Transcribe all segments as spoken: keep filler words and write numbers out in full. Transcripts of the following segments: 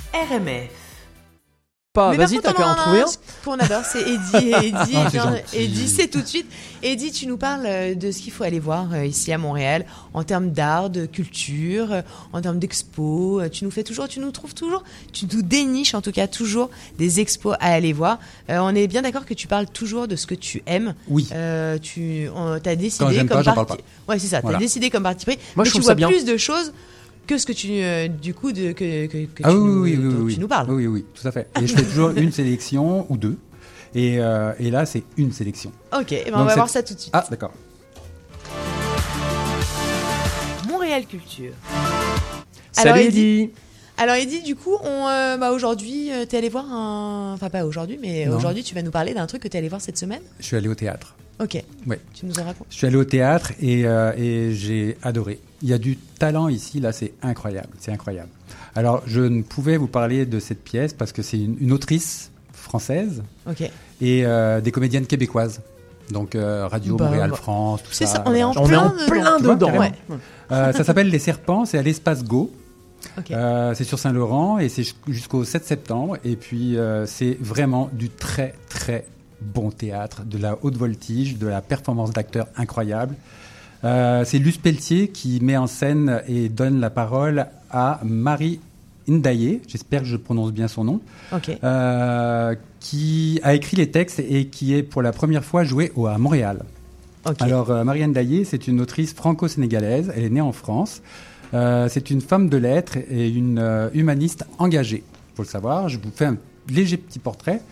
R M F. Pas, vas-y, t'as qu'à en trouver un. Qu'on adore, c'est Eddie. Et Eddie, Ah, eh c'est bien, gentil. Eddie, c'est tout de suite. Eddie, tu nous parles euh, de ce qu'il faut aller voir euh, ici à Montréal en termes d'art, de culture, euh, en termes d'expos. Euh, Tu nous fais toujours, tu nous trouves toujours, tu nous déniches en tout cas toujours des expos à aller voir. Euh, on est bien d'accord que tu parles toujours de ce que tu aimes. Oui. Euh, tu as décidé Quand j'aime comme pas, j'en parti. parle Ouais, c'est ça. Voilà. T'as décidé comme parti pris. Moi, mais je tu trouve vois ça bien. plus de choses que ce que tu, euh, du coup, de, que, que, que Ah tu, oui, nous, oui, oui, dont oui, tu nous parles. Oui, oui, tout à fait. Et je fais toujours une sélection ou deux. Et, euh, et là, c'est une sélection. Ok, eh ben on Donc va c'est- voir ça tout de suite. Ah, d'accord. Montréal Culture. Salut Alors, Eddie. Alors Eddie, du coup, on, euh, bah, aujourd'hui, euh, t'es allé voir un... Enfin, pas aujourd'hui, mais Non. aujourd'hui, tu vas nous parler d'un truc que t'es allé voir cette semaine. Je suis allé au théâtre. Ok, Ouais. tu nous en racontes. Je suis allé au théâtre et, euh, et j'ai adoré. Il y a du talent ici, là, c'est incroyable. C'est incroyable. Alors, je ne pouvais vous parler de cette pièce parce que c'est une, une autrice française Ok. et euh, des comédiennes québécoises. Donc, euh, Radio Bah, Montréal bah, France, tout c'est ça. ça, on est en On est plein en dedans. plein Tu vois, dedans. carrément. Ouais. Euh, ça s'appelle Les Serpents, c'est à l'Espace Go. Ok. Euh, c'est sur Saint-Laurent et c'est jusqu'au sept septembre. Et puis, euh, c'est vraiment du très, très bon théâtre, de la haute voltige, de la performance d'acteurs incroyable. Euh, c'est Luce Pelletier qui met en scène et donne la parole à Marie Ndaye, j'espère que je prononce bien son nom, Ok. euh, qui a écrit les textes et qui est pour la première fois joué au, à Montréal. Ok. Alors, euh, Marie Ndaye, c'est une autrice franco-sénégalaise. Elle est née en France. Euh, c'est une femme de lettres et une euh, humaniste engagée. Il faut le savoir. Je vous fais un léger petit portrait.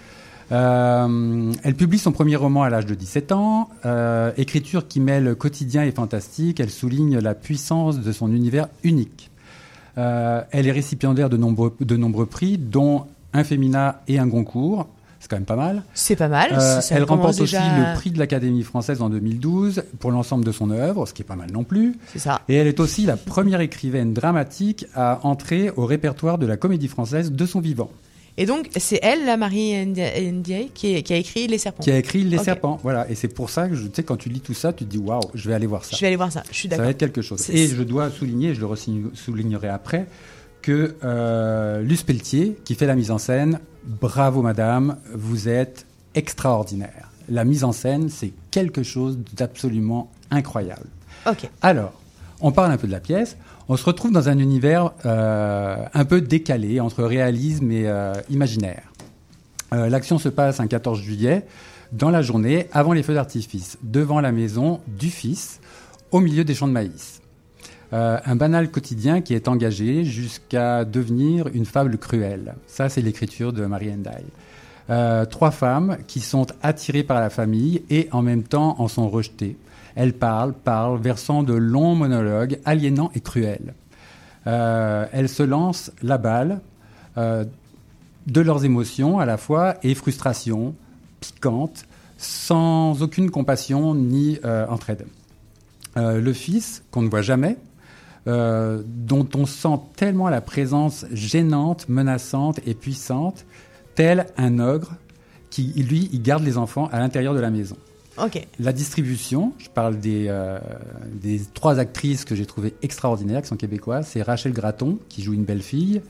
Euh, elle publie son premier roman à l'âge de dix-sept ans. Euh, écriture qui mêle quotidien et fantastique. Elle souligne la puissance de son univers unique. Euh, elle est récipiendaire de nombreux, de nombreux prix, dont un Femina et un Goncourt. C'est quand même pas mal. C'est pas mal. Euh, ça elle commence remporte déjà... aussi le prix de l'Académie française en deux mille douze pour l'ensemble de son œuvre, ce qui est pas mal non plus. C'est ça. Et elle est aussi la première écrivaine dramatique à entrer au répertoire de la Comédie Française de son vivant, Et donc, c'est elle, la Marie Ndiaye, qui, qui a écrit Les Serpents. qui a écrit Les Ok. Serpents. Voilà. Et c'est pour ça que je, tu sais, quand tu lis tout ça, tu te dis waouh, je vais aller voir ça. Je vais aller voir ça. Je suis Ça d'accord. va être quelque chose. C'est- Et je dois souligner, je le ressigne- soulignerai après, que euh, Luce Pelletier, qui fait la mise en scène, bravo madame, vous êtes extraordinaire. La mise en scène, c'est quelque chose d'absolument incroyable. Ok. Alors, on parle un peu de la pièce. On se retrouve dans un univers euh, un peu décalé entre réalisme et euh, imaginaire. Euh, L'action se passe un quatorze juillet, dans la journée, avant les feux d'artifice, devant la maison du fils, au milieu des champs de maïs. Euh, un banal quotidien qui est engagé jusqu'à devenir une fable cruelle. Ça, c'est l'écriture de Marie Ndaye. Euh, trois femmes qui sont attirées par la famille et en même temps en sont rejetées. Elles parlent, parlent, versant de longs monologues aliénants et cruels. Euh, elles se lancent la balle euh, de leurs émotions à la fois et frustration, piquante, sans aucune compassion ni euh, entraide. Euh, le fils, qu'on ne voit jamais, euh, dont on sent tellement la présence gênante, menaçante et puissante, tel un ogre qui, lui, il garde les enfants à l'intérieur de la maison. Ok. La distribution, je parle des, euh, des trois actrices que j'ai trouvées extraordinaires, qui sont québécoises. C'est Rachel Gratton, qui joue une belle fille,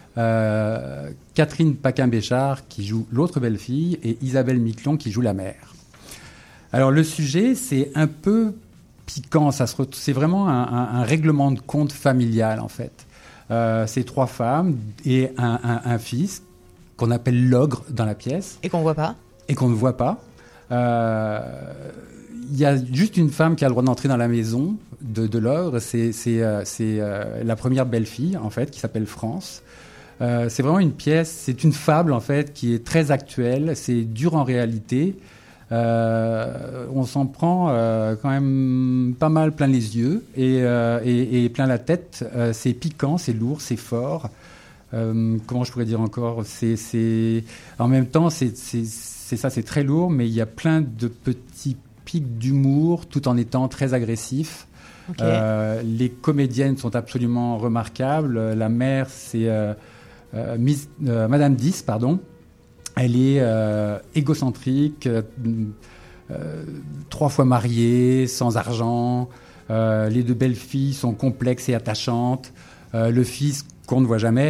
euh, Catherine Paquin-Béchard, qui joue l'autre belle fille, et Isabelle Miquelon, qui joue la mère. Alors, le sujet, c'est un peu piquant. Ça se re- c'est vraiment un, un, un règlement de compte familial, en fait. Euh, c'est trois femmes et un, un, un fils, qu'on appelle l'ogre dans la pièce, Et qu'on voit pas. et qu'on ne voit pas. Euh, Il y a juste une femme qui a le droit d'entrer dans la maison de, de l'ogre. C'est, c'est, euh, c'est euh, la première belle-fille, en fait, qui s'appelle France. Euh, c'est vraiment une pièce, c'est une fable, en fait, qui est très actuelle. C'est dur en réalité. Euh, on s'en prend euh, quand même pas mal plein les yeux et, euh, et, et plein la tête. Euh, c'est piquant, c'est lourd, c'est fort. Euh, comment je pourrais dire encore, c'est, c'est... En même temps, c'est, c'est, c'est ça, c'est très lourd, mais il y a plein de petits pics d'humour, tout en étant très agressif. Ok. Euh, les comédiennes sont absolument remarquables. La mère, c'est euh, euh, Miss, euh, Madame Dix, pardon. Elle est euh, égocentrique, euh, euh, trois fois mariée, sans argent. Euh, les deux belles filles sont complexes et attachantes. Euh, le fils, qu'on ne voit jamais,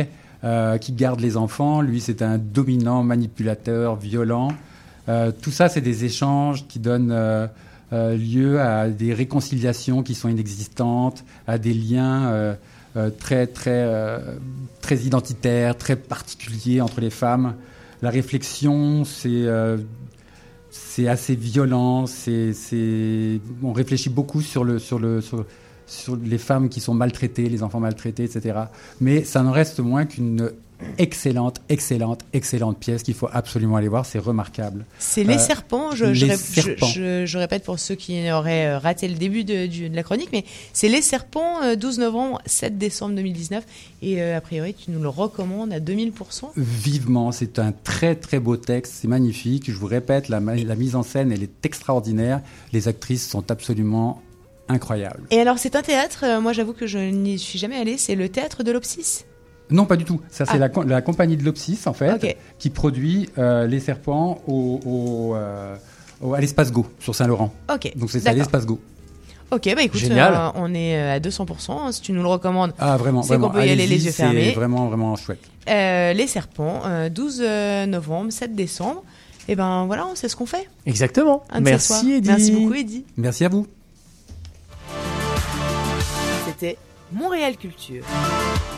euh, qui garde les enfants. Lui, c'est un dominant, manipulateur, violent. Euh, tout ça, c'est des échanges qui donnent euh, euh, lieu à des réconciliations qui sont inexistantes, à des liens euh, euh, très, très, euh, très identitaires, très particuliers entre les femmes. La réflexion, c'est, euh, c'est assez violent. C'est, c'est... On réfléchit beaucoup sur, le, sur, le, sur, sur les femmes qui sont maltraitées, les enfants maltraités, et cetera. Mais ça n'en reste moins qu'une excellente, excellente, excellente pièce qu'il faut absolument aller voir. C'est remarquable. C'est Les Euh, Serpents. Je, Les je, rép- Serpents. Je, je, je répète pour ceux qui auraient euh, raté le début de, du- de la chronique, mais c'est Les Serpents, euh, douze novembre, sept décembre deux mille dix-neuf. Et euh, a priori, tu nous le recommandes à deux mille pour cent. Vivement, c'est un très très beau texte, c'est magnifique. Je vous répète, la, ma- la mise en scène, elle est extraordinaire. Les actrices sont absolument incroyables. Et alors, c'est un théâtre. euh, moi, j'avoue que je n'y suis jamais allée. C'est le théâtre de l'Opsis. Non, pas du tout. Ça, c'est Ah. la, co- la compagnie de l'Opsis, en fait, Ok. qui produit euh, Les Serpents au, au, euh, au- à l'Espace Go, sur Saint-Laurent. Ok. Donc c'est ça, D'accord. l'Espace Go. Ok, bah écoute, Génial. euh, on est euh, à deux cents pour cent. Si tu nous le recommandes, Ah, vraiment, C'est vraiment. qu'on peut y aller Allez-y, les yeux fermés. C'est vraiment, vraiment chouette. Euh, Les Serpents, euh, douze novembre, sept décembre. Et ben voilà, on sait ce qu'on fait. Exactement. Un de ces soirs. Merci, Eddy. Merci beaucoup, Eddy. Merci à vous. C'était Montréal Culture.